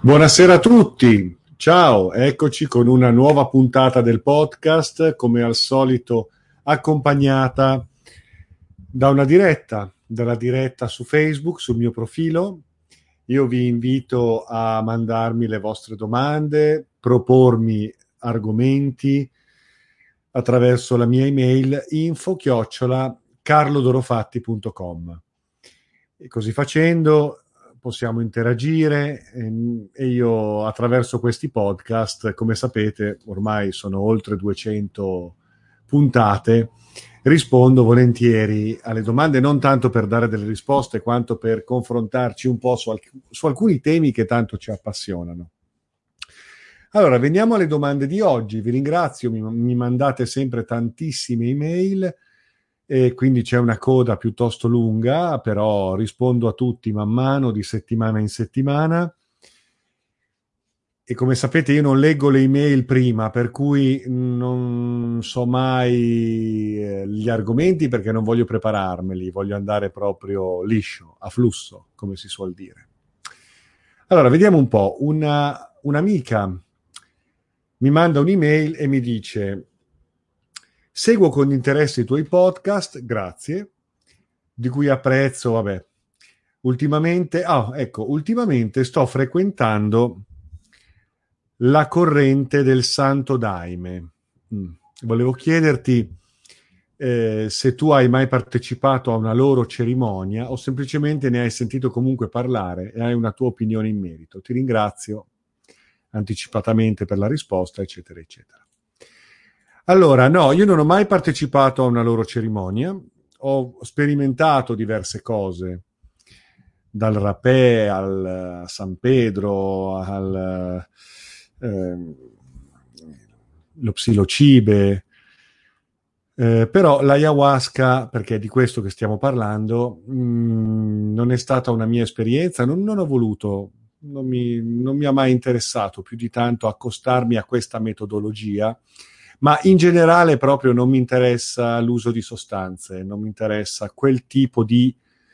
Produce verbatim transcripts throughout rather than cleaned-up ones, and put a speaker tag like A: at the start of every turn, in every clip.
A: Buonasera a tutti, ciao, eccoci con una nuova puntata del podcast, come al solito accompagnata da una diretta, dalla diretta su Facebook, sul mio profilo. Io vi invito a mandarmi le vostre domande, propormi argomenti attraverso la mia email info chiocciola carlodorofatti punto com. E così facendo possiamo interagire e io attraverso questi podcast, come sapete, ormai sono oltre duecento puntate, rispondo volentieri alle domande, non tanto per dare delle risposte quanto per confrontarci un po' su, alc- su alcuni temi che tanto ci appassionano. Allora, veniamo alle domande di oggi. Vi ringrazio, mi, mi mandate sempre tantissime email e quindi c'è una coda piuttosto lunga, però rispondo a tutti man mano, di settimana in settimana. E come sapete io non leggo le email prima, per cui non so mai eh, gli argomenti perché non voglio prepararmeli, voglio andare proprio liscio, a flusso, come si suol dire. Allora, vediamo un po'. Una, un'amica mi manda un'email e mi dice: seguo con interesse i tuoi podcast, grazie, di cui apprezzo, vabbè. Ultimamente, ah, ecco, ultimamente sto frequentando la corrente del Santo Daime. Mm. Volevo chiederti eh, se tu hai mai partecipato a una loro cerimonia o semplicemente ne hai sentito comunque parlare e hai una tua opinione in merito. Ti ringrazio anticipatamente per la risposta, eccetera, eccetera. Allora, no, io non ho mai partecipato a una loro cerimonia, ho sperimentato diverse cose, dal rapè al San Pedro, al eh, lo psilocibe, eh, però l'ayahuasca, perché è di questo che stiamo parlando, mh, non è stata una mia esperienza, non, non ho voluto, non mi, non mi ha mai interessato più di tanto accostarmi a questa metodologia, ma in generale proprio non mi interessa l'uso di sostanze, non mi interessa quel tipo di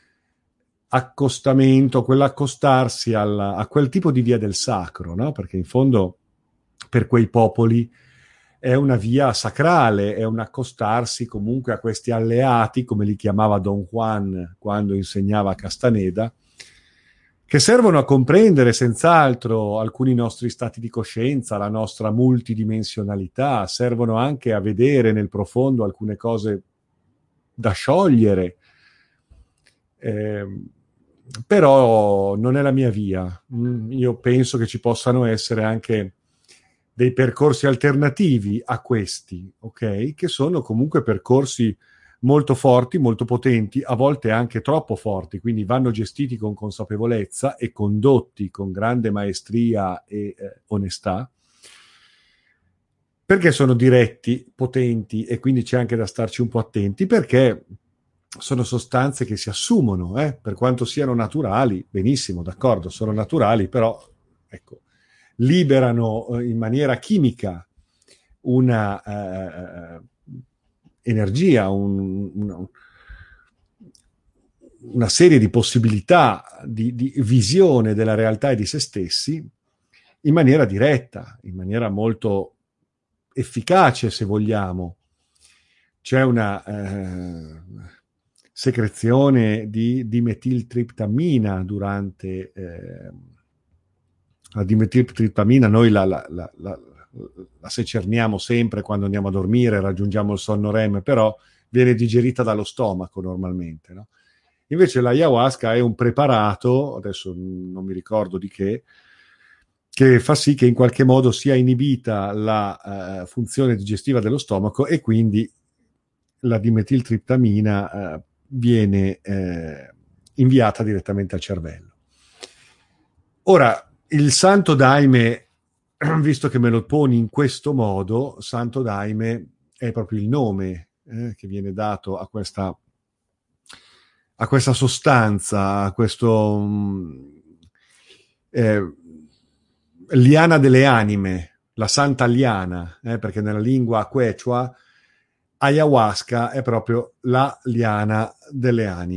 A: accostamento, quell'accostarsi alla, a quel tipo di via del sacro, no? Perché in fondo per quei popoli è una via sacrale, è un accostarsi comunque a questi alleati, come li chiamava Don Juan quando insegnava a Castaneda, che servono a comprendere senz'altro alcuni nostri stati di coscienza, la nostra multidimensionalità, servono anche a vedere nel profondo alcune cose da sciogliere. Eh, però non è la mia via. Io penso che ci possano essere anche dei percorsi alternativi a questi, ok? Che sono comunque percorsi molto forti, molto potenti, a volte anche troppo forti, quindi vanno gestiti con consapevolezza e condotti con grande maestria e eh, onestà, perché sono diretti, potenti e quindi c'è anche da starci un po' attenti, perché sono sostanze che si assumono, eh? Per quanto siano naturali, benissimo, d'accordo, sono naturali, però ecco, liberano eh, in maniera chimica una eh, energia, un, una, una serie di possibilità di, di visione della realtà e di se stessi in maniera diretta, in maniera molto efficace, se vogliamo. C'è una eh, secrezione di dimetiltriptamina durante eh, la dimetiltriptamina noi la, la, la, la, la secerniamo sempre quando andiamo a dormire, raggiungiamo il sonno REM, però viene digerita dallo stomaco normalmente, no? Invece l'ayahuasca è un preparato, adesso non mi ricordo di che, che fa sì che in qualche modo sia inibita la uh, funzione digestiva dello stomaco e quindi la dimetiltriptamina uh, viene uh, inviata direttamente al cervello. Ora, il Santo Daime, visto che me lo poni in questo modo, Santo Daime è proprio il nome eh, che viene dato a questa, a questa sostanza, a questo um, eh, liana delle anime, la santa liana, eh, perché nella lingua quechua ayahuasca è proprio la liana delle anime.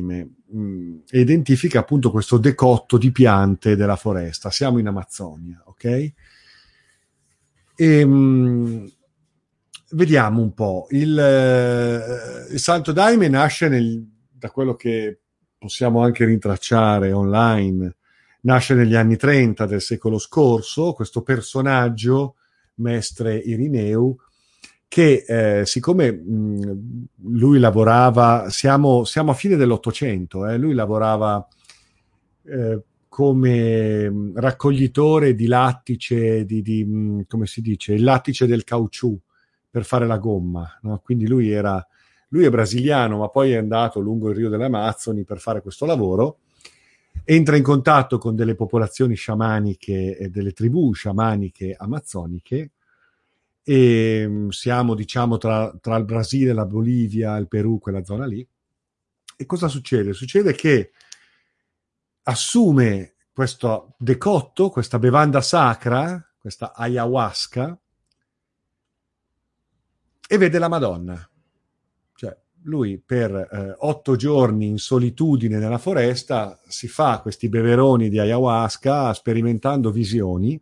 A: mh, e identifica appunto questo decotto di piante della foresta. Siamo in Amazzonia, ok? E, mh, vediamo un po'. Il, eh, il Santo Daime nasce nel, da quello che possiamo anche rintracciare online, nasce negli anni trenta del secolo scorso, questo personaggio, Mestre Irineu, che eh, siccome mh, lui lavorava, siamo, siamo a fine dell'Ottocento, eh, lui lavorava eh, come raccoglitore di lattice, di, di, mh, come si dice, il lattice del caucciù per fare la gomma, no? Quindi lui era, lui è brasiliano, ma poi è andato lungo il Rio delle Amazzoni per fare questo lavoro, entra in contatto con delle popolazioni sciamaniche e delle tribù sciamaniche amazzoniche, e siamo diciamo tra, tra il Brasile, la Bolivia, il Perù, quella zona lì. E cosa succede? Succede che assume questo decotto, questa bevanda sacra, questa ayahuasca, e vede la Madonna. Cioè, lui per eh, otto giorni in solitudine nella foresta si fa questi beveroni di ayahuasca sperimentando visioni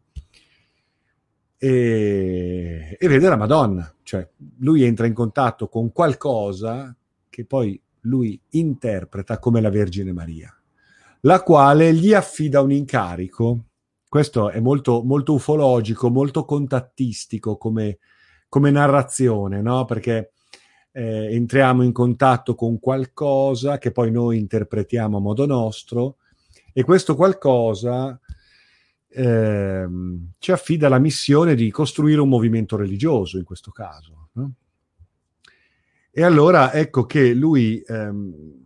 A: e, e vede la Madonna. Cioè, lui entra in contatto con qualcosa che poi lui interpreta come la Vergine Maria, la quale gli affida un incarico. Questo è molto, molto ufologico, molto contattistico come, come narrazione, no? Perché eh, entriamo in contatto con qualcosa che poi noi interpretiamo a modo nostro, e questo qualcosa ehm, ci affida la missione di costruire un movimento religioso, in questo caso, no? E allora ecco che lui ehm,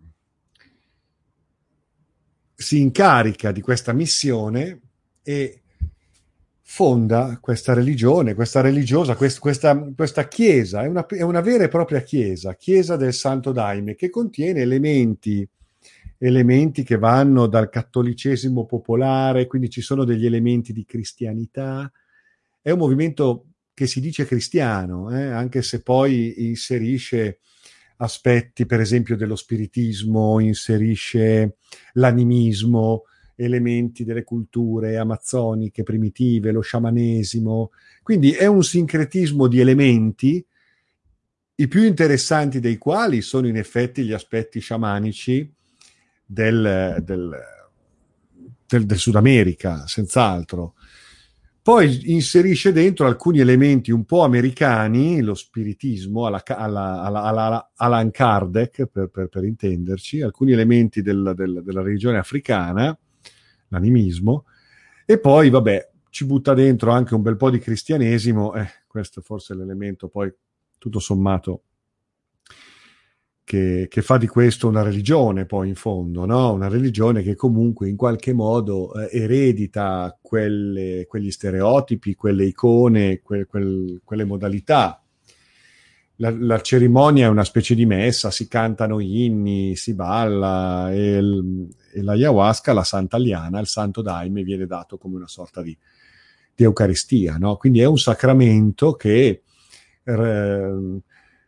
A: si incarica di questa missione e fonda questa religione, questa religiosa, quest, questa, questa chiesa, è una, è una vera e propria chiesa, chiesa del Santo Daime, che contiene elementi, elementi che vanno dal cattolicesimo popolare, quindi ci sono degli elementi di cristianità. È un movimento che si dice cristiano, eh, anche se poi inserisce aspetti, per esempio, dello spiritismo, inserisce l'animismo, elementi delle culture amazzoniche primitive, lo sciamanesimo. Quindi è un sincretismo di elementi, i più interessanti dei quali sono in effetti gli aspetti sciamanici del, del, del, del Sud America, senz'altro. Poi inserisce dentro alcuni elementi un po' americani, lo spiritismo alla, alla, alla, alla Allan Kardec, per, per, per intenderci, alcuni elementi del, del, della religione africana, l'animismo, e poi, vabbè, ci butta dentro anche un bel po' di cristianesimo, eh, questo forse è l'elemento poi, tutto sommato, che, che fa di questo una religione, poi in fondo, no? Una religione che comunque in qualche modo eh, eredita quelle, quegli stereotipi, quelle icone, que, quel, quelle modalità. La, la cerimonia è una specie di messa, si cantano inni, si balla, e, il, e l'ayahuasca, la Santa Liana, il Santo Daime, viene dato come una sorta di, di Eucaristia, no? Quindi è un sacramento che eh,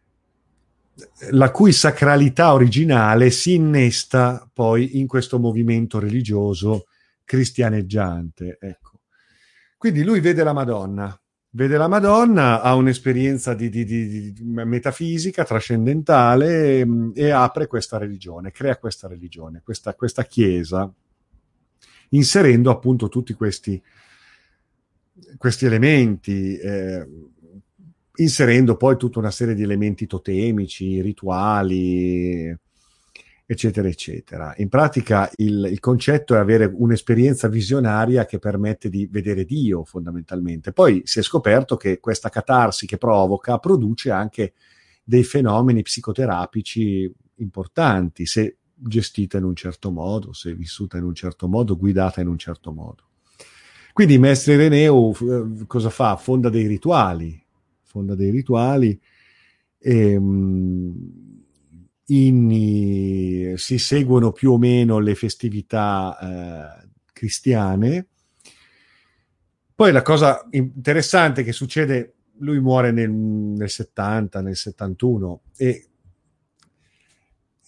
A: la cui sacralità originale si innesta poi in questo movimento religioso cristianeggiante. Ecco. Quindi lui vede la Madonna, vede la Madonna, ha un'esperienza di, di, di, di metafisica, trascendentale, e, e apre questa religione, crea questa religione, questa, questa chiesa, inserendo appunto tutti questi, questi elementi, eh, inserendo poi tutta una serie di elementi totemici, rituali, eccetera, eccetera. In pratica il, il concetto è avere un'esperienza visionaria che permette di vedere Dio, fondamentalmente. Poi si è scoperto che questa catarsi che provoca produce anche dei fenomeni psicoterapici importanti, se gestita in un certo modo, se vissuta in un certo modo, guidata in un certo modo. Quindi Mestre Ireneu eh, cosa fa? Fonda dei rituali, fonda dei rituali, e, um, inni, si seguono più o meno le festività eh, cristiane. Poi la cosa interessante che succede, lui muore nel, nel settanta, nel settantuno, e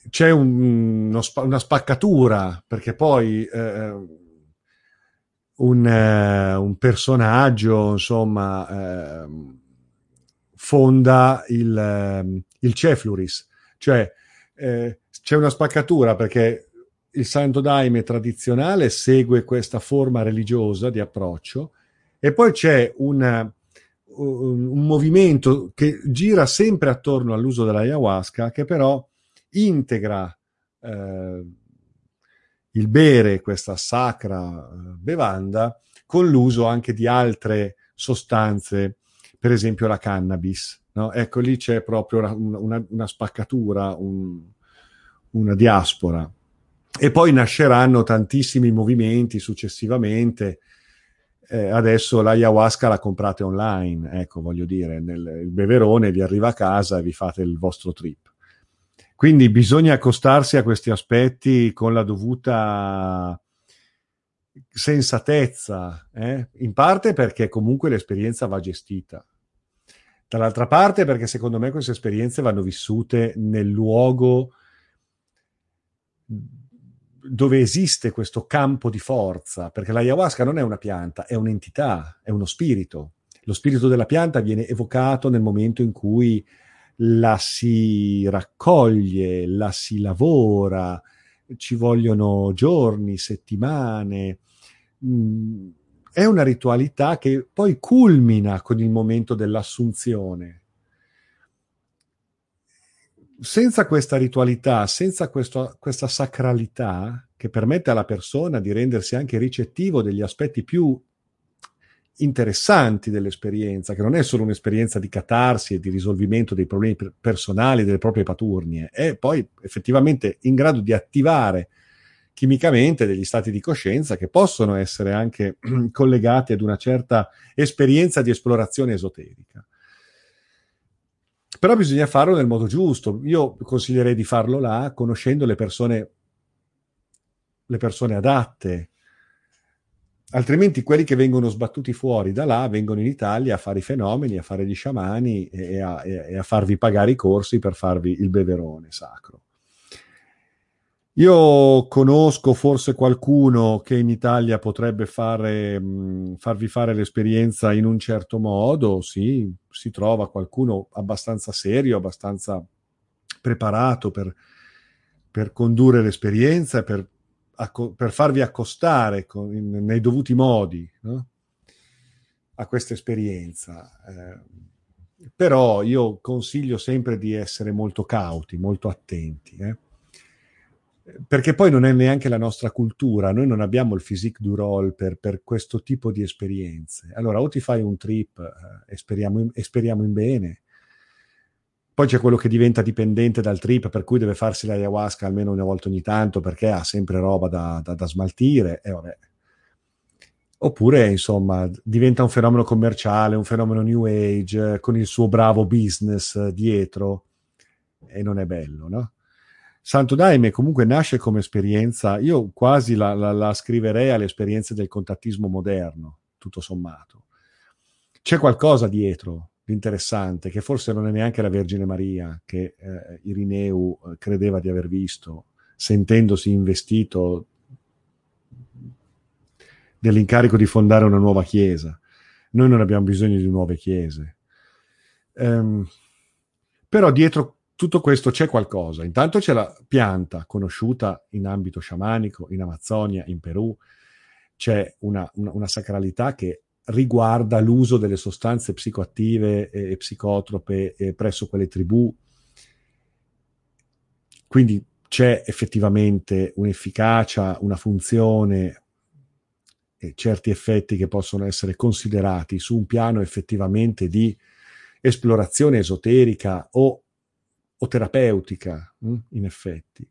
A: c'è un, uno spa- una spaccatura, perché poi eh, un, eh, un personaggio, insomma, eh, fonda il, eh, il Cefluris, cioè eh, c'è una spaccatura perché il Santo Daime tradizionale segue questa forma religiosa di approccio e poi c'è una, un, un movimento che gira sempre attorno all'uso dell'ayahuasca che però integra eh, il bere questa sacra eh, bevanda con l'uso anche di altre sostanze, per esempio la cannabis. No? Ecco, lì c'è proprio una, una, una spaccatura, un, una diaspora. E poi nasceranno tantissimi movimenti successivamente. Eh, adesso l'ayahuasca la comprate online, ecco, voglio dire, nel, il beverone vi arriva a casa e vi fate il vostro trip. Quindi bisogna accostarsi a questi aspetti con la dovuta sensatezza, eh? In parte perché comunque l'esperienza va gestita. Dall'altra parte perché secondo me queste esperienze vanno vissute nel luogo dove esiste questo campo di forza, perché l'ayahuasca non è una pianta, è un'entità, è uno spirito. Lo spirito della pianta viene evocato nel momento in cui la si raccoglie, la si lavora, ci vogliono giorni, settimane. Mm, è una ritualità che poi culmina con il momento dell'assunzione. Senza questa ritualità, senza questo, questa sacralità che permette alla persona di rendersi anche ricettivo degli aspetti più interessanti dell'esperienza, che non è solo un'esperienza di catarsi e di risolvimento dei problemi personali, delle proprie paturnie, è poi effettivamente in grado di attivare chimicamente degli stati di coscienza che possono essere anche collegati ad una certa esperienza di esplorazione esoterica. Però bisogna farlo nel modo giusto. Io consiglierei di farlo là, conoscendo le persone, le persone adatte. Altrimenti quelli che vengono sbattuti fuori da là vengono in Italia a fare i fenomeni, a fare gli sciamani e a, e a farvi pagare i corsi per farvi il beverone sacro. Io conosco forse qualcuno che in Italia potrebbe fare, mh, farvi fare l'esperienza in un certo modo, sì, si trova qualcuno abbastanza serio, abbastanza preparato per, per condurre l'esperienza e per, acco- per farvi accostare con- in- nei dovuti modi, no? A questa esperienza. Eh, però io consiglio sempre di essere molto cauti, molto attenti, eh? Perché poi non è neanche la nostra cultura, noi non abbiamo il physique du role per, per questo tipo di esperienze. Allora o ti fai un trip eh, e, speriamo in, e speriamo in bene, poi c'è quello che diventa dipendente dal trip, per cui deve farsi l'ayahuasca almeno una volta ogni tanto perché ha sempre roba da, da, da smaltire, e vabbè. Oppure, insomma, diventa un fenomeno commerciale, un fenomeno new age, eh, con il suo bravo business eh, dietro, e non è bello, no? Santo Daime comunque nasce come esperienza, io quasi la, la, la scriverei alle esperienze del contattismo moderno, tutto sommato. C'è qualcosa dietro di interessante, che forse non è neanche la Vergine Maria, che eh, Irineu eh, credeva di aver visto, sentendosi investito dell'incarico di fondare una nuova chiesa. Noi non abbiamo bisogno di nuove chiese. Ehm, però dietro tutto questo c'è qualcosa. Intanto c'è la pianta conosciuta in ambito sciamanico, in Amazzonia, in Perù. C'è una, una, una sacralità che riguarda l'uso delle sostanze psicoattive e, e psicotrope e presso quelle tribù. Quindi c'è effettivamente un'efficacia, una funzione e certi effetti che possono essere considerati su un piano effettivamente di esplorazione esoterica o, o terapeutica, mh, in effetti.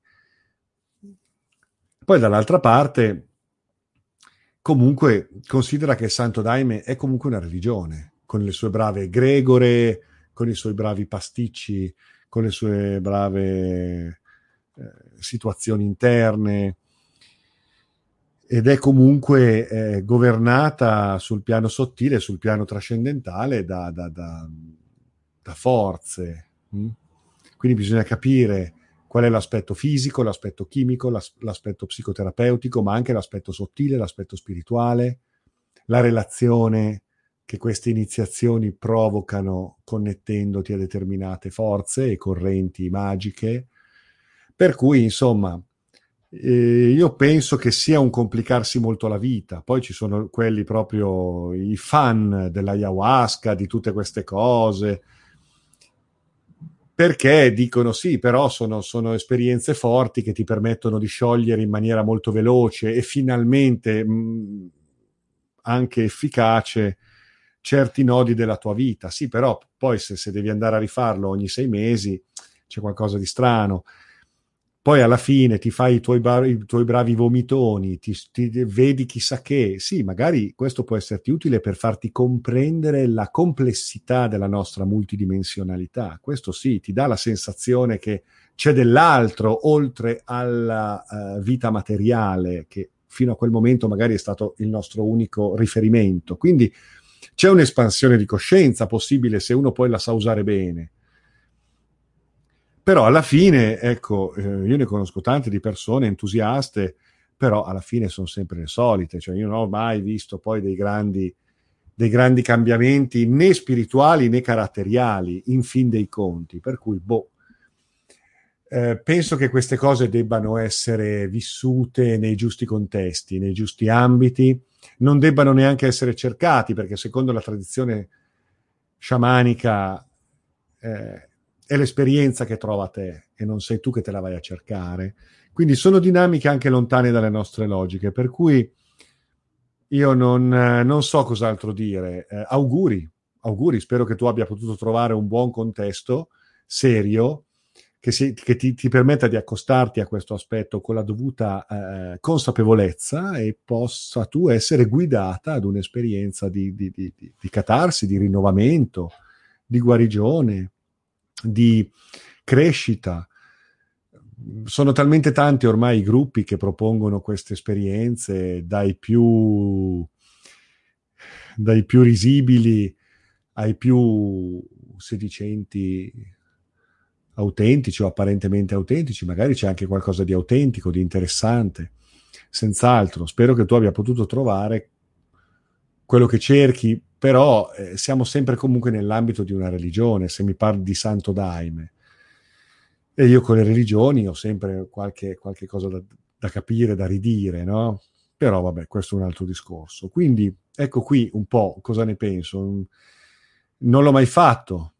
A: Poi dall'altra parte, comunque, considera che il Santo Daime è comunque una religione, con le sue brave egregore, con i suoi bravi pasticci, con le sue brave eh, situazioni interne, ed è comunque eh, governata sul piano sottile, sul piano trascendentale da, da, da, da forze. Mh? Quindi bisogna capire qual è l'aspetto fisico, l'aspetto chimico, l'as- l'aspetto psicoterapeutico, ma anche l'aspetto sottile, l'aspetto spirituale, la relazione che queste iniziazioni provocano connettendoti a determinate forze e correnti magiche. Per cui, insomma, eh, io penso che sia un complicarsi molto la vita. Poi ci sono quelli proprio i fan dell'ayahuasca, di tutte queste cose, perché dicono sì, però sono, sono esperienze forti che ti permettono di sciogliere in maniera molto veloce e finalmente mh, anche efficace certi nodi della tua vita. Sì, però poi se, se devi andare a rifarlo ogni sei mesi c'è qualcosa di strano. Poi alla fine ti fai i tuoi, bar- i tuoi bravi vomitoni, ti, ti vedi chissà che. Sì, magari questo può esserti utile per farti comprendere la complessità della nostra multidimensionalità. Questo sì, ti dà la sensazione che c'è dell'altro oltre alla uh, vita materiale, che fino a quel momento magari è stato il nostro unico riferimento. Quindi c'è un'espansione di coscienza possibile se uno poi la sa usare bene. Però alla fine, ecco, eh, io ne conosco tante di persone entusiaste, però alla fine sono sempre le solite, cioè io non ho mai visto poi dei grandi, dei grandi cambiamenti né spirituali né caratteriali, in fin dei conti, per cui, boh, eh, penso che queste cose debbano essere vissute nei giusti contesti, nei giusti ambiti, non debbano neanche essere cercati, perché secondo la tradizione sciamanica eh, è l'esperienza che trova te e non sei tu che te la vai a cercare. Quindi sono dinamiche anche lontane dalle nostre logiche, per cui io non, eh, non so cos'altro dire. Eh, auguri, auguri, spero che tu abbia potuto trovare un buon contesto serio che, si, che ti, ti permetta di accostarti a questo aspetto con la dovuta eh, consapevolezza e possa tu essere guidata ad un'esperienza di, di, di, di catarsi, di rinnovamento, di guarigione, di crescita. Sono talmente tanti ormai i gruppi che propongono queste esperienze, dai più, dai più risibili ai più sedicenti, autentici o apparentemente autentici. Magari c'è anche qualcosa di autentico, di interessante. Senz'altro, spero che tu abbia potuto trovare quello che cerchi, però eh, siamo sempre comunque nell'ambito di una religione. Se mi parli di Santo Daime, e io con le religioni ho sempre qualche, qualche cosa da, da capire, da ridire, no? Però vabbè, questo è un altro discorso. Quindi ecco qui un po' cosa ne penso. Non l'ho mai fatto,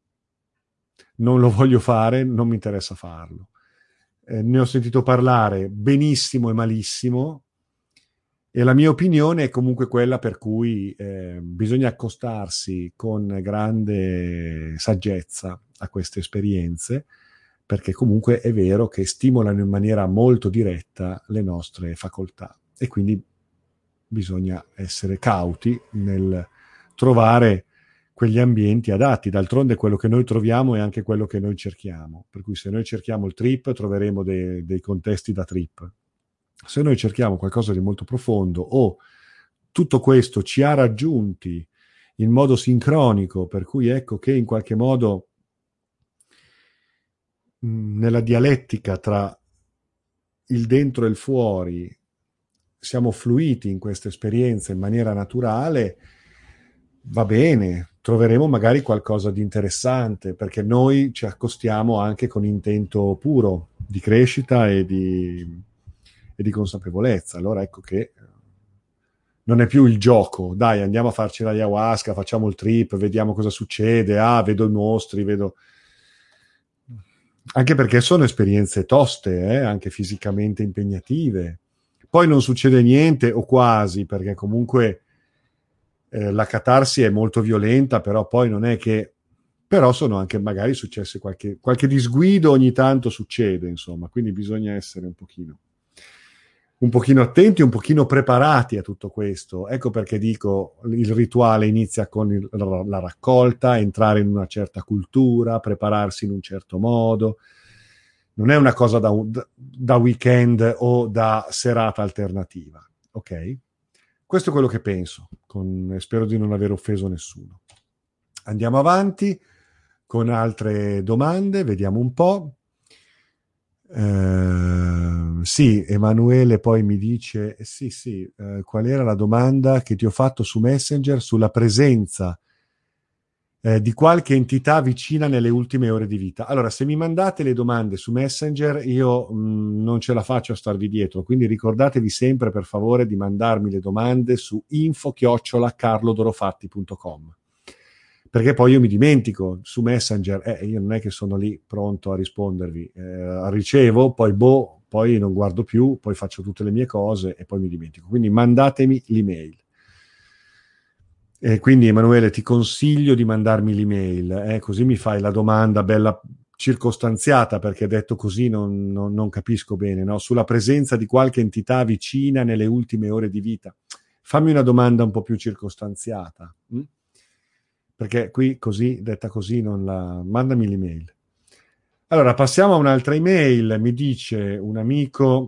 A: non lo voglio fare, non mi interessa farlo. Eh, ne ho sentito parlare benissimo e malissimo, e la mia opinione è comunque quella per cui eh, bisogna accostarsi con grande saggezza a queste esperienze, perché comunque è vero che stimolano in maniera molto diretta le nostre facoltà e quindi bisogna essere cauti nel trovare quegli ambienti adatti. D'altronde quello che noi troviamo è anche quello che noi cerchiamo, per cui se noi cerchiamo il trip troveremo dei, dei contesti da trip. Se noi cerchiamo qualcosa di molto profondo o tutto questo ci ha raggiunti in modo sincronico, per cui ecco che in qualche modo mh, nella dialettica tra il dentro e il fuori siamo fluiti in questa esperienza in maniera naturale, va bene, troveremo magari qualcosa di interessante, perché noi ci accostiamo anche con intento puro di crescita e di, e di consapevolezza. Allora ecco che non è più il gioco, dai andiamo a farci l'ayahuasca, facciamo il trip, vediamo cosa succede, ah vedo i mostri, vedo... Anche perché sono esperienze toste, eh, anche fisicamente impegnative. Poi non succede niente o quasi, perché comunque eh, la catarsi è molto violenta, però poi non è che... Però sono anche magari successe qualche, qualche disguido ogni tanto succede, insomma, quindi bisogna essere un pochino, un pochino attenti, un pochino preparati a tutto questo. Ecco perché dico, il rituale inizia con il, la raccolta, entrare in una certa cultura, prepararsi in un certo modo. Non è una cosa da, da weekend o da serata alternativa, ok? Questo è quello che penso, con, spero di non aver offeso nessuno. Andiamo avanti con altre domande, vediamo un po'. Eh, sì, Emanuele poi mi dice, eh, sì, sì, eh, qual era la domanda che ti ho fatto su Messenger sulla presenza eh, di qualche entità vicina nelle ultime ore di vita. Allora, se mi mandate le domande su Messenger, io mh, non ce la faccio a starvi dietro, quindi ricordatevi sempre, per favore, di mandarmi le domande su info chiocciola carlodorofatti punto com, perché poi io mi dimentico su Messenger, eh, io non è che sono lì pronto a rispondervi, eh, ricevo, poi boh, poi non guardo più, poi faccio tutte le mie cose e poi mi dimentico. Quindi mandatemi l'email. E quindi Emanuele ti consiglio di mandarmi l'email, eh, così mi fai la domanda bella circostanziata, perché detto così non, non- non capisco bene, no? Sulla presenza di qualche entità vicina nelle ultime ore di vita. Fammi una domanda un po' più circostanziata, hm? Perché qui così, detta così, non la... Mandami l'email. Allora, passiamo a un'altra email. Mi dice un amico: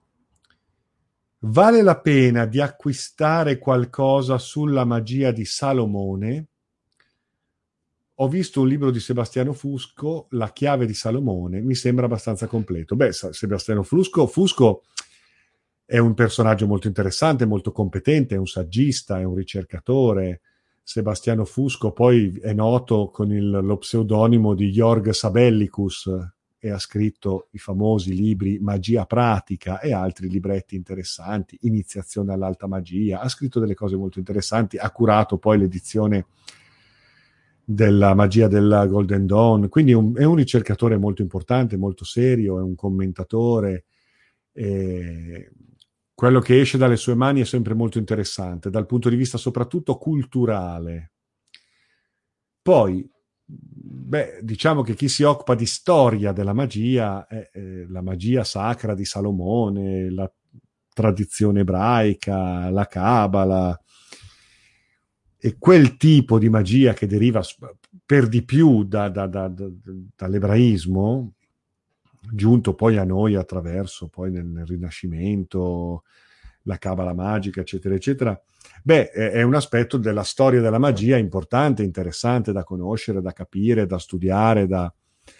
A: vale la pena di acquistare qualcosa sulla magia di Salomone? Ho visto un libro di Sebastiano Fusco, La chiave di Salomone, mi sembra abbastanza completo. Beh, Sebastiano Fusco, Fusco è un personaggio molto interessante, molto competente, è un saggista, è un ricercatore. Sebastiano Fusco poi è noto con il, lo pseudonimo di Jorg Sabellicus e ha scritto i famosi libri Magia pratica e altri libretti interessanti, Iniziazione all'alta magia, ha scritto delle cose molto interessanti, ha curato poi l'edizione della magia della Golden Dawn, quindi un, è un ricercatore molto importante, molto serio, è un commentatore. E quello che esce dalle sue mani è sempre molto interessante, dal punto di vista soprattutto culturale. Poi, beh, diciamo che chi si occupa di storia della magia è eh, la magia sacra di Salomone, la tradizione ebraica, la Cabala, e quel tipo di magia che deriva per di più da, da, da, da, dall'ebraismo, giunto poi a noi attraverso poi nel, nel Rinascimento, la Cabala magica, eccetera, eccetera. Beh, è un aspetto della storia della magia importante, interessante da conoscere, da capire, da studiare, da,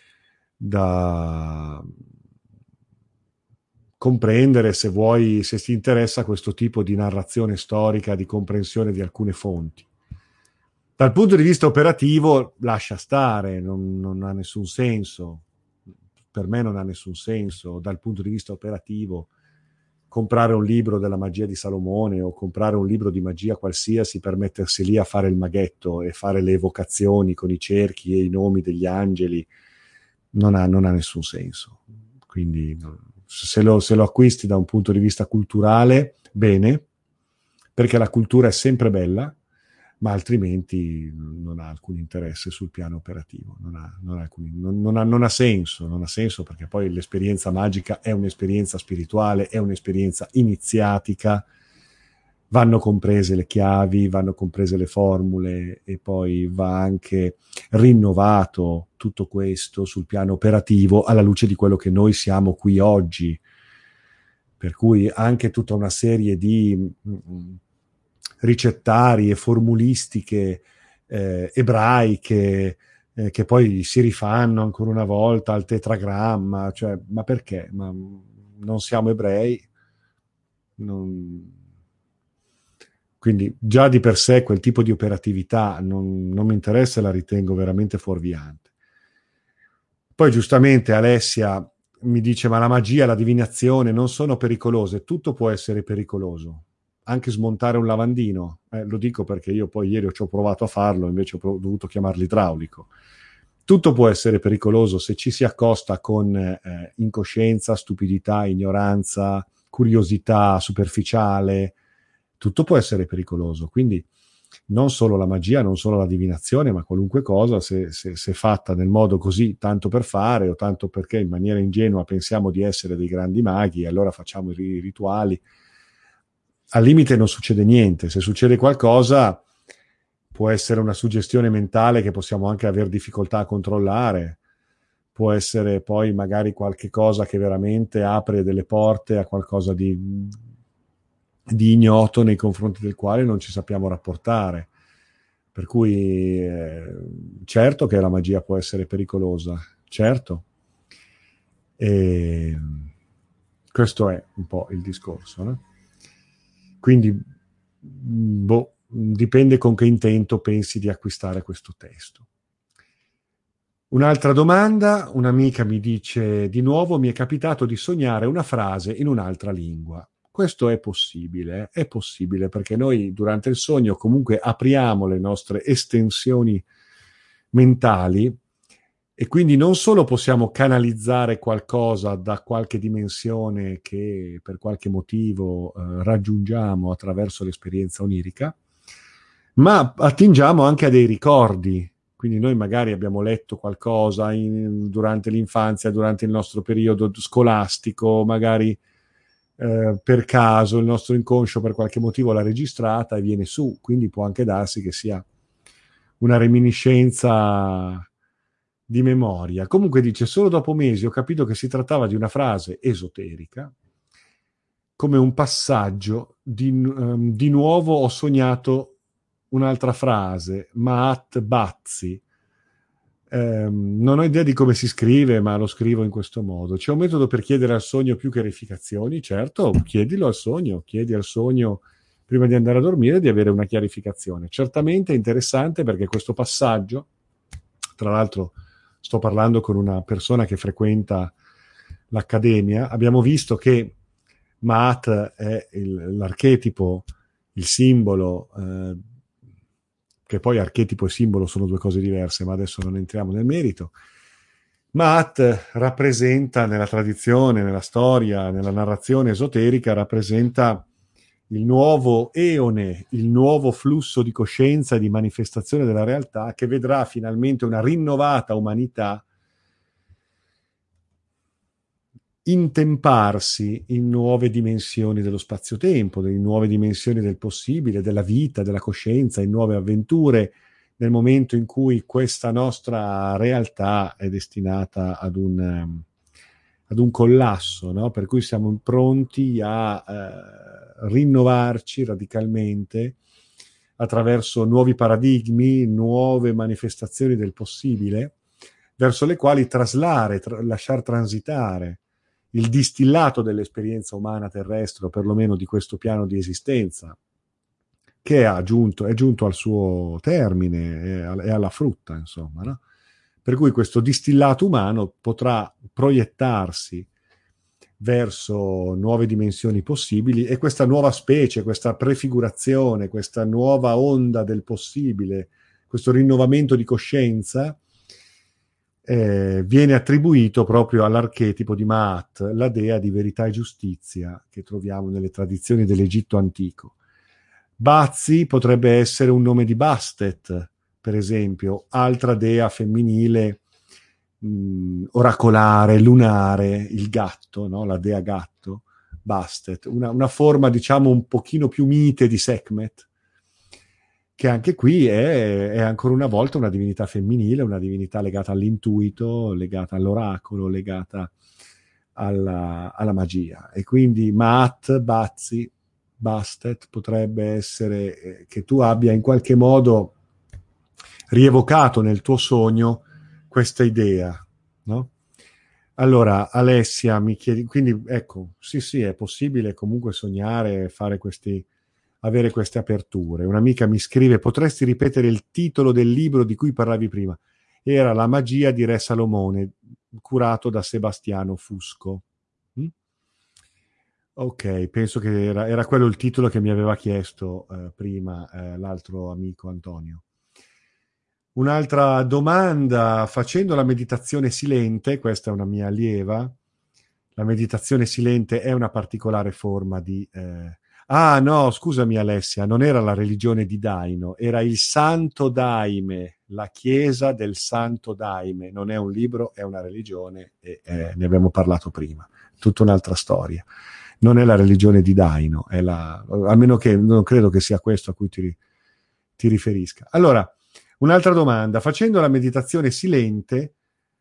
A: da comprendere, se vuoi, se ti interessa questo tipo di narrazione storica, di comprensione di alcune fonti. Dal punto di vista operativo, lascia stare, non, non ha nessun senso. Per me non ha nessun senso. Dal punto di vista operativo, comprare un libro della magia di Salomone o comprare un libro di magia qualsiasi per mettersi lì a fare il maghetto e fare le evocazioni con i cerchi e i nomi degli angeli non ha, non ha nessun senso. Quindi se lo, se lo acquisti da un punto di vista culturale, bene, perché la cultura è sempre bella, ma altrimenti non ha alcun interesse sul piano operativo, non ha, non ha, alcun, non, non ha, non ha senso, non ha senso perché poi l'esperienza magica è un'esperienza spirituale, è un'esperienza iniziatica, vanno comprese le chiavi, vanno comprese le formule e poi va anche rinnovato tutto questo sul piano operativo alla luce di quello che noi siamo qui oggi. Per cui anche tutta una serie di mh, ricettarie, formulistiche eh, ebraiche eh, che poi si rifanno ancora una volta al tetragramma, cioè, ma perché? Ma non siamo ebrei? Non... Quindi già di per sé quel tipo di operatività non, non mi interessa e la ritengo veramente fuorviante. Poi giustamente Alessia mi dice: ma la magia, la divinazione non sono pericolose? Tutto può essere pericoloso, anche smontare un lavandino. Eh, lo dico perché io poi ieri ci ho provato a farlo, invece ho prov- dovuto chiamarlo idraulico. Tutto può essere pericoloso se ci si accosta con eh, incoscienza, stupidità, ignoranza, curiosità superficiale. Tutto può essere pericoloso, quindi non solo la magia, non solo la divinazione, ma qualunque cosa, se, se, se fatta nel modo così, tanto per fare o tanto perché in maniera ingenua pensiamo di essere dei grandi maghi e allora facciamo i rituali, al limite non succede niente. Se succede qualcosa può essere una suggestione mentale che possiamo anche avere difficoltà a controllare, può essere poi magari qualche cosa che veramente apre delle porte a qualcosa di, di ignoto nei confronti del quale non ci sappiamo rapportare. Per cui eh, certo che la magia può essere pericolosa, certo. E questo è un po' il discorso, no? Quindi, boh, dipende con che intento pensi di acquistare questo testo. Un'altra domanda, un'amica mi dice: di nuovo mi è capitato di sognare una frase in un'altra lingua. Questo è possibile, è possibile perché noi durante il sogno comunque apriamo le nostre estensioni mentali e quindi non solo possiamo canalizzare qualcosa da qualche dimensione che per qualche motivo eh, raggiungiamo attraverso l'esperienza onirica, ma attingiamo anche a dei ricordi. Quindi noi magari abbiamo letto qualcosa in, durante l'infanzia, durante il nostro periodo scolastico, magari eh, per caso il nostro inconscio per qualche motivo l'ha registrata e viene su, quindi può anche darsi che sia una reminiscenza di memoria. Comunque dice, solo dopo mesi ho capito che si trattava di una frase esoterica, come un passaggio, di, um, di nuovo ho sognato un'altra frase, Maat Bazzi. Eh, non ho idea di come si scrive, ma lo scrivo in questo modo. C'è un metodo per chiedere al sogno più chiarificazioni? Certo, chiedilo al sogno, chiedi al sogno prima di andare a dormire di avere una chiarificazione. Certamente è interessante perché questo passaggio, tra l'altro sto parlando con una persona che frequenta l'accademia, abbiamo visto che Maat è il, l'archetipo, il simbolo, eh, che poi archetipo e simbolo sono due cose diverse, ma adesso non entriamo nel merito. Maat rappresenta nella tradizione, nella storia, nella narrazione esoterica, rappresenta il nuovo eone, il nuovo flusso di coscienza e di manifestazione della realtà che vedrà finalmente una rinnovata umanità intemparsi in nuove dimensioni dello spazio-tempo, in nuove dimensioni del possibile, della vita, della coscienza, in nuove avventure, nel momento in cui questa nostra realtà è destinata ad un, um, ad un collasso, no? Per cui siamo pronti a uh, rinnovarci radicalmente attraverso nuovi paradigmi, nuove manifestazioni del possibile, verso le quali traslare, tra- lasciar transitare il distillato dell'esperienza umana terrestre, o perlomeno di questo piano di esistenza, che è giunto, è giunto al suo termine, è alla frutta, insomma, no? Per cui questo distillato umano potrà proiettarsi verso nuove dimensioni possibili e questa nuova specie, questa prefigurazione, questa nuova onda del possibile, questo rinnovamento di coscienza eh, viene attribuito proprio all'archetipo di Maat, la dea di verità e giustizia che troviamo nelle tradizioni dell'Egitto antico. Bazzi potrebbe essere un nome di Bastet, per esempio, altra dea femminile mh, oracolare, lunare, il gatto, no? La dea gatto, Bastet, una, una forma diciamo un pochino più mite di Sekhmet, che anche qui è, è ancora una volta una divinità femminile, una divinità legata all'intuito, legata all'oracolo, legata alla, alla magia. E quindi Maat, Bazzi, Bastet potrebbe essere eh, che tu abbia in qualche modo rievocato nel tuo sogno questa idea, no? Allora, Alessia mi chiedi, quindi ecco, sì, sì, è possibile comunque sognare, fare questi, avere queste aperture. Un'amica mi scrive: potresti ripetere il titolo del libro di cui parlavi prima? Era La magia di Re Salomone, curato da Sebastiano Fusco. Mm? Ok, penso che era, era quello il titolo che mi aveva chiesto eh, prima eh, l'altro amico Antonio. Un'altra domanda: facendo la meditazione silente, questa è una mia allieva, la meditazione silente è una particolare forma di... Eh... Ah no, scusami Alessia, non era la religione di Daino, era il Santo Daime, la Chiesa del Santo Daime, non è un libro, è una religione e eh, ne abbiamo parlato prima, tutta un'altra storia. Non è la religione di Daino, è la... almeno che non credo che sia questo a cui ti, ti riferisca. Allora, un'altra domanda: facendo la meditazione silente,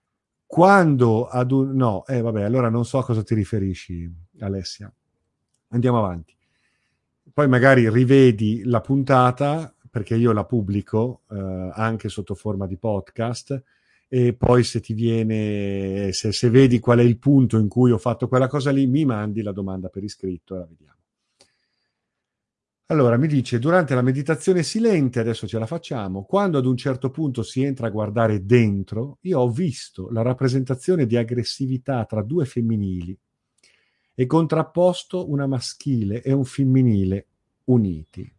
A: quando ad un... No, eh vabbè, allora non so a cosa ti riferisci, Alessia. Andiamo avanti. Poi magari rivedi la puntata, perché io la pubblico eh, anche sotto forma di podcast, e poi se ti viene, se, se vedi qual è il punto in cui ho fatto quella cosa lì, mi mandi la domanda per iscritto e la vediamo. Allora, mi dice, durante la meditazione silente, adesso ce la facciamo, quando ad un certo punto si entra a guardare dentro, io ho visto la rappresentazione di aggressività tra due femminili e contrapposto una maschile e un femminile uniti.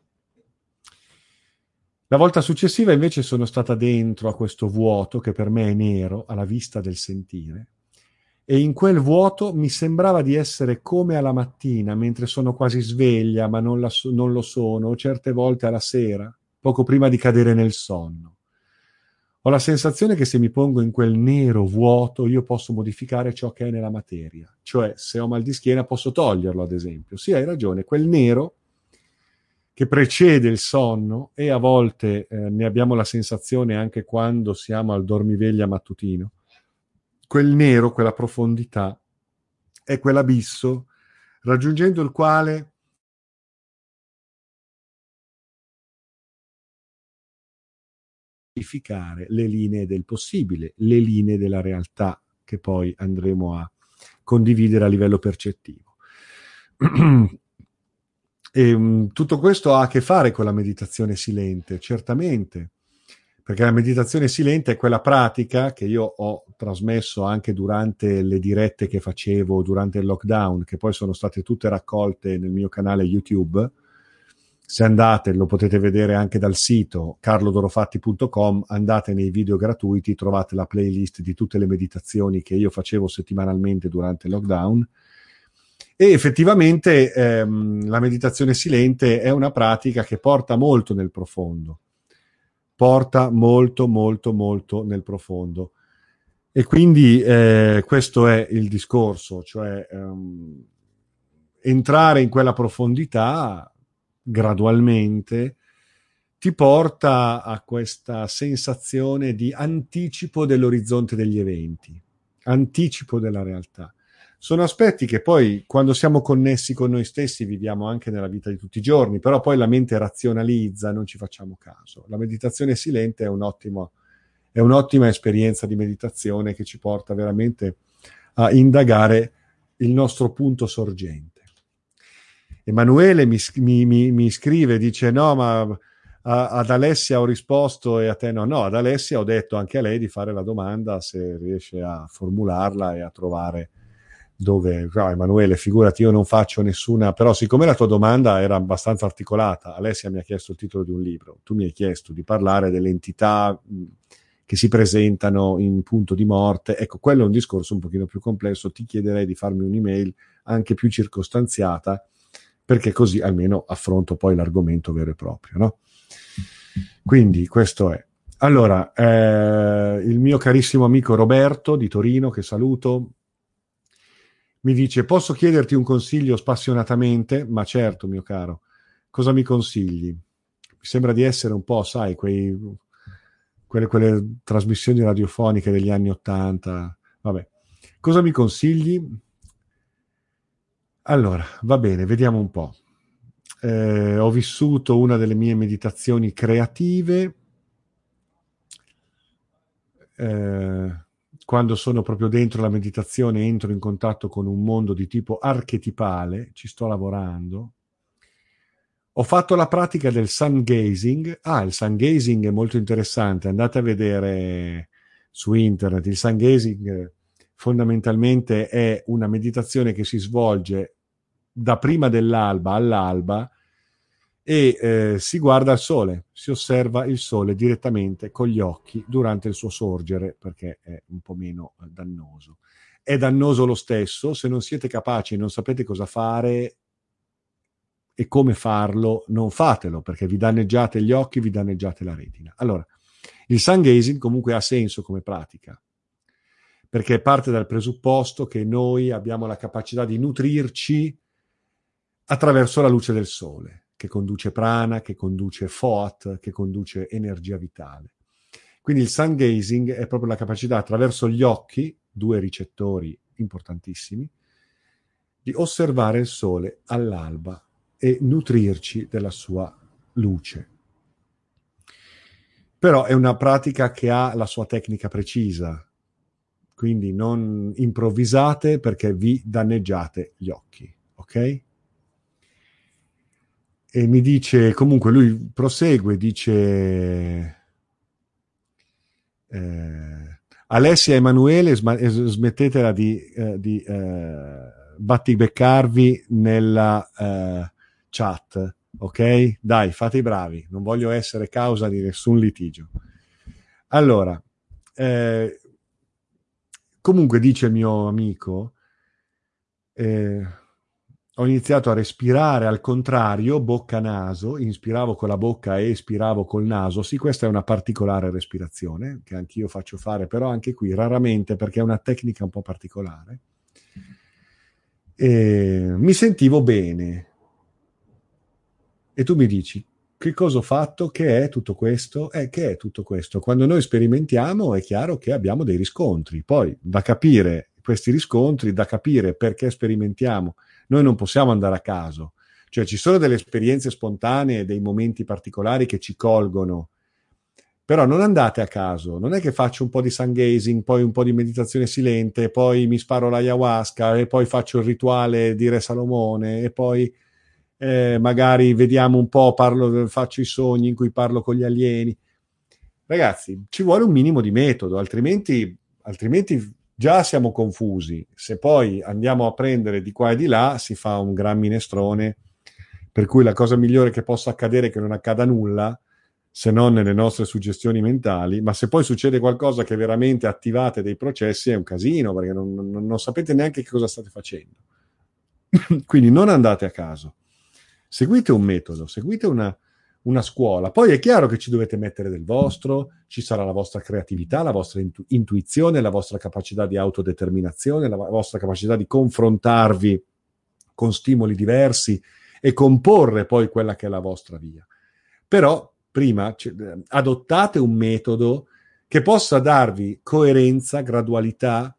A: La volta successiva invece sono stata dentro a questo vuoto che per me è nero alla vista del sentire e in quel vuoto mi sembrava di essere come alla mattina mentre sono quasi sveglia ma non, la so- non lo sono, o certe volte alla sera, poco prima di cadere nel sonno. Ho la sensazione che se mi pongo in quel nero vuoto io posso modificare ciò che è nella materia, cioè se ho mal di schiena posso toglierlo ad esempio. Sì, hai ragione, quel nero che precede il sonno e a volte eh, ne abbiamo la sensazione anche quando siamo al dormiveglia mattutino. Quel nero, quella profondità, è quell'abisso raggiungendo il quale modificare le linee del possibile, le linee della realtà che poi andremo a condividere a livello percettivo. E, um, tutto questo ha a che fare con la meditazione silente, certamente, perché la meditazione silente è quella pratica che io ho trasmesso anche durante le dirette che facevo durante il lockdown, che poi sono state tutte raccolte nel mio canale YouTube. Se andate, lo potete vedere anche dal sito carlo dorofatti punto com, andate nei video gratuiti, trovate la playlist di tutte le meditazioni che io facevo settimanalmente durante il lockdown. E effettivamente ehm, la meditazione silente è una pratica che porta molto nel profondo, porta molto, molto, molto nel profondo. E quindi eh, questo è il discorso, cioè ehm, entrare in quella profondità gradualmente ti porta a questa sensazione di anticipo dell'orizzonte degli eventi, anticipo della realtà. Sono aspetti che poi, quando siamo connessi con noi stessi, viviamo anche nella vita di tutti i giorni, però poi la mente razionalizza, non ci facciamo caso. La meditazione silente è un ottimo, è un'ottima esperienza di meditazione che ci porta veramente a indagare il nostro punto sorgente. Emanuele mi, mi, mi, mi scrive, dice no, ma a, ad Alessia ho risposto e a te no. No, ad Alessia ho detto anche a lei di fare la domanda se riesce a formularla e a trovare dove... No, Emanuele, figurati, io non faccio nessuna... Però siccome la tua domanda era abbastanza articolata, Alessia mi ha chiesto il titolo di un libro, tu mi hai chiesto di parlare delle entità che si presentano in punto di morte, ecco, quello è un discorso un pochino più complesso, ti chiederei di farmi un'email anche più circostanziata, perché così almeno affronto poi l'argomento vero e proprio, no? Quindi questo è. Allora, eh, il mio carissimo amico Roberto di Torino, che saluto, mi dice, posso chiederti un consiglio spassionatamente? Ma certo, mio caro, cosa mi consigli? Mi sembra di essere un po', sai, quei, quelle, quelle trasmissioni radiofoniche degli anni Ottanta. Vabbè, cosa mi consigli? Allora, va bene, vediamo un po'. Eh, ho vissuto una delle mie meditazioni creative eh, quando sono proprio dentro la meditazione, entro in contatto con un mondo di tipo archetipale, ci sto lavorando. Ho fatto la pratica del sun gazing. Ah, il sun gazing è molto interessante, andate a vedere su internet. Il sun gazing fondamentalmente è una meditazione che si svolge da prima dell'alba all'alba e eh, si guarda il sole, si osserva il sole direttamente con gli occhi durante il suo sorgere, perché è un po' meno dannoso. È dannoso lo stesso, se non siete capaci e non sapete cosa fare e come farlo, non fatelo, perché vi danneggiate gli occhi, vi danneggiate la retina. Allora, il sun gazing comunque ha senso come pratica, perché parte dal presupposto che noi abbiamo la capacità di nutrirci attraverso la luce del sole, che conduce prana, che conduce foat, che conduce energia vitale. Quindi il sun gazing è proprio la capacità attraverso gli occhi, due ricettori importantissimi, di osservare il sole all'alba e nutrirci della sua luce. Però è una pratica che ha la sua tecnica precisa, quindi non improvvisate perché vi danneggiate gli occhi, ok? E mi dice, comunque lui prosegue, dice... Eh, Alessia e Emanuele, sma- eh, smettetela di, eh, di eh, battibeccarvi nella eh, chat, ok? Dai, fate i bravi, non voglio essere causa di nessun litigio. Allora, eh, comunque dice il mio amico, eh, ho iniziato a respirare al contrario, bocca-naso, inspiravo con la bocca e espiravo col naso. Sì, questa è una particolare respirazione che anch'io faccio fare, però anche qui raramente perché è una tecnica un po' particolare. E mi sentivo bene. E tu mi dici, che cosa ho fatto? Che è tutto questo? Eh, che è tutto questo? Quando noi sperimentiamo è chiaro che abbiamo dei riscontri. Poi, da capire questi riscontri, da capire perché sperimentiamo, noi non possiamo andare a caso. Cioè, ci sono delle esperienze spontanee, dei momenti particolari che ci colgono, però non andate a caso. Non è che faccio un po' di sun gazing, poi un po' di meditazione silente, poi mi sparo l'ayahuasca e poi faccio il rituale di Re Salomone e poi eh, magari vediamo un po', parlo, faccio i sogni in cui parlo con gli alieni. Ragazzi, ci vuole un minimo di metodo, altrimenti, altrimenti già siamo confusi. Se poi andiamo a prendere di qua e di là, si fa un gran minestrone, per cui la cosa migliore che possa accadere è che non accada nulla, se non nelle nostre suggestioni mentali, ma se poi succede qualcosa che veramente attivate dei processi è un casino, perché non, non, non sapete neanche che cosa state facendo. Quindi non andate a caso. Seguite un metodo, seguite una, una scuola. Poi è chiaro che ci dovete mettere del vostro, ci sarà la vostra creatività, la vostra intu- intuizione, la vostra capacità di autodeterminazione, la vostra capacità di confrontarvi con stimoli diversi e comporre poi quella che è la vostra via. Però prima c- adottate un metodo che possa darvi coerenza, gradualità,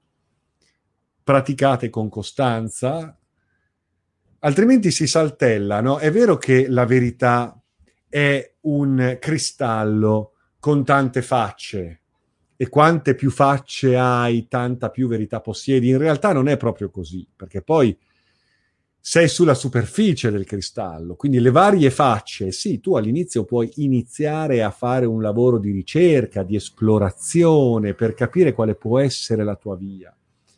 A: praticate con costanza, altrimenti si saltella, no? È vero che la verità è un cristallo con tante facce e quante più facce hai, tanta più verità possiedi. In realtà non è proprio così, perché poi sei sulla superficie del cristallo, quindi le varie facce, sì, tu all'inizio puoi iniziare a fare un lavoro di ricerca, di esplorazione per capire quale può essere la tua via.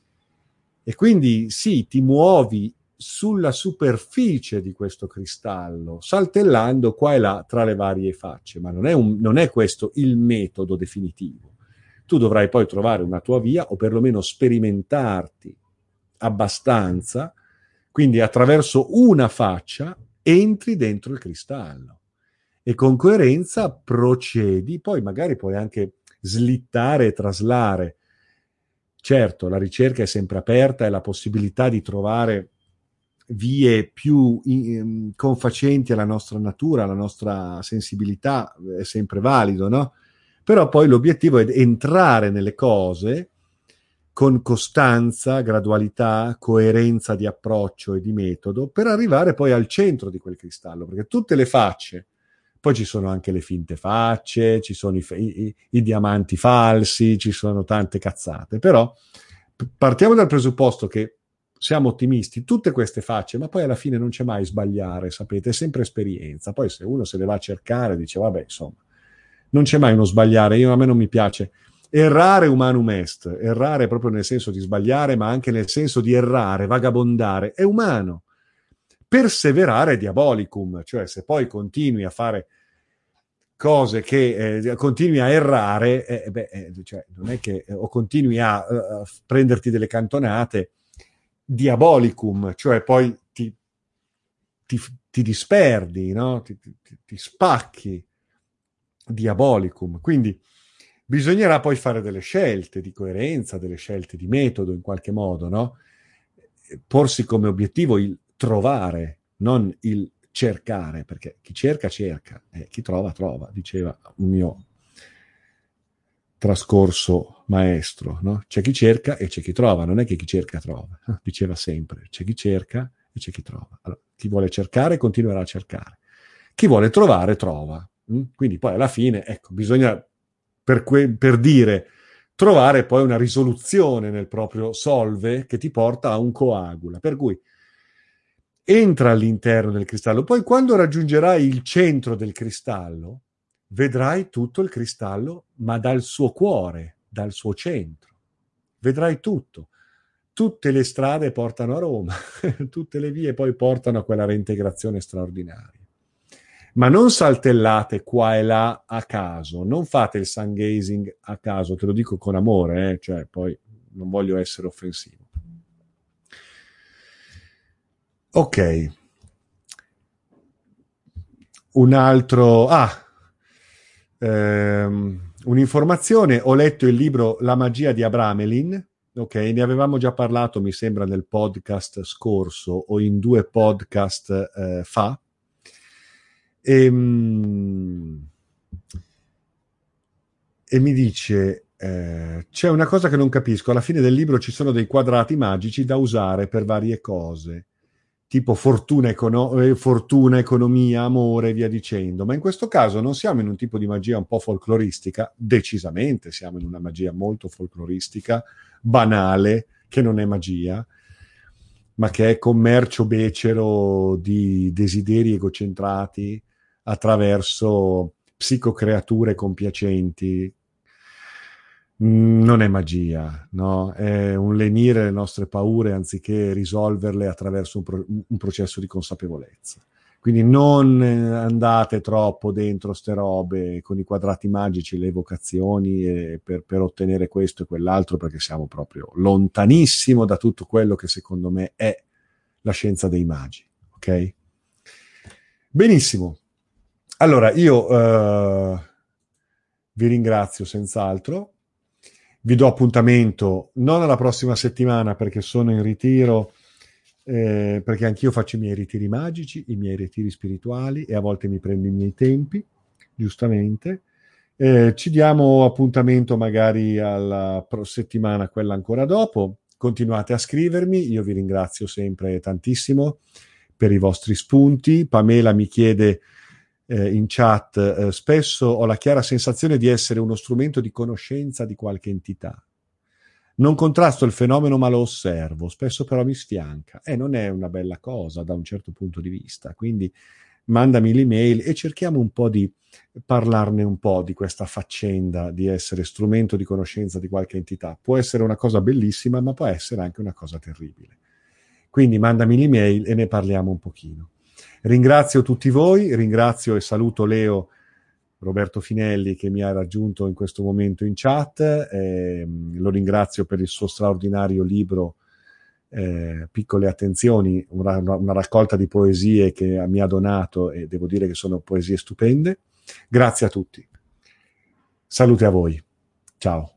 A: E quindi sì, ti muovi sulla superficie di questo cristallo, saltellando qua e là tra le varie facce, ma non è, un, non è questo il metodo definitivo. Tu dovrai poi trovare una tua via o perlomeno sperimentarti abbastanza, quindi attraverso una faccia entri dentro il cristallo e con coerenza procedi, poi magari puoi anche slittare e traslare. Certo, la ricerca è sempre aperta e la possibilità di trovare vie più in, confacenti alla nostra natura, alla nostra sensibilità è sempre valido, no? Però poi l'obiettivo è entrare nelle cose con costanza, gradualità, coerenza di approccio e di metodo per arrivare poi al centro di quel cristallo, perché tutte le facce, poi ci sono anche le finte facce, ci sono i, i, i diamanti falsi, ci sono tante cazzate, però partiamo dal presupposto che siamo ottimisti, tutte queste facce, ma poi alla fine non c'è mai sbagliare, sapete, è sempre esperienza. Poi se uno se le va a cercare, dice, vabbè, insomma, non c'è mai uno sbagliare, io, a me non mi piace. Errare humanum est, errare proprio nel senso di sbagliare, ma anche nel senso di errare, vagabondare, è umano. Perseverare è diabolicum, cioè se poi continui a fare cose che eh, continui a errare, eh, beh, eh, cioè, non è che, o continui a, a prenderti delle cantonate, diabolicum, cioè poi ti, ti, ti disperdi, no? ti, ti, ti spacchi, diabolicum. Quindi bisognerà poi fare delle scelte di coerenza, delle scelte di metodo in qualche modo, no? Porsi come obiettivo il trovare, non il cercare, perché chi cerca, cerca, e chi trova, trova, diceva un mio trascorso maestro, no? C'è chi cerca e c'è chi trova, non è che chi cerca trova, diceva sempre, c'è chi cerca e c'è chi trova. Allora, chi vuole cercare continuerà a cercare, chi vuole trovare trova. Quindi poi alla fine, ecco, bisogna per, que- per dire trovare poi una risoluzione nel proprio solve che ti porta a un coagula. Per cui entra all'interno del cristallo, poi quando raggiungerai il centro del cristallo, vedrai tutto il cristallo, ma dal suo cuore, dal suo centro. Vedrai tutto. Tutte le strade portano a Roma, tutte le vie poi portano a quella reintegrazione straordinaria. Ma non saltellate qua e là a caso, non fate il sun gazing a caso, te lo dico con amore, eh? Cioè poi non voglio essere offensivo. Ok. Un altro... Ah, ehm, un'informazione, ho letto il libro La magia di Abramelin, ok, ne avevamo già parlato, mi sembra, nel podcast scorso o in due podcast eh, fa. E, e mi dice, eh, c'è una cosa che non capisco, alla fine del libro ci sono dei quadrati magici da usare per varie cose, tipo fortuna, econo- fortuna, economia, amore, via dicendo. Ma in questo caso non siamo in un tipo di magia un po' folcloristica, decisamente siamo in una magia molto folcloristica, banale, che non è magia, ma che è commercio becero di desideri egocentrati attraverso psicocreature compiacenti. Non è magia, no? È un lenire le nostre paure anziché risolverle attraverso un, pro- un processo di consapevolezza. Quindi non andate troppo dentro ste robe con i quadrati magici, le evocazioni e per, per ottenere questo e quell'altro, perché siamo proprio lontanissimo da tutto quello che secondo me è la scienza dei magi. Ok? Benissimo. Allora, io uh, vi ringrazio senz'altro. Vi do appuntamento non alla prossima settimana perché sono in ritiro, eh, perché anch'io faccio i miei ritiri magici, i miei ritiri spirituali e a volte mi prendo i miei tempi, giustamente. Eh, ci diamo appuntamento magari alla settimana, quella ancora dopo. Continuate a scrivermi, io vi ringrazio sempre tantissimo per i vostri spunti. Pamela mi chiede eh, in chat, eh, spesso ho la chiara sensazione di essere uno strumento di conoscenza di qualche entità. Non contrasto il fenomeno ma lo osservo, spesso però mi sfianca. E eh, non è una bella cosa da un certo punto di vista, quindi mandami l'email e cerchiamo un po' di parlarne un po' di questa faccenda di essere strumento di conoscenza di qualche entità. Può essere una cosa bellissima, ma può essere anche una cosa terribile. Quindi mandami l'email e ne parliamo un pochino. Ringrazio tutti voi, ringrazio e saluto Leo Roberto Finelli che mi ha raggiunto in questo momento in chat, eh, lo ringrazio per il suo straordinario libro eh, Piccole attenzioni, una, una raccolta di poesie che mi ha donato e devo dire che sono poesie stupende. Grazie a tutti. Salute a voi. Ciao.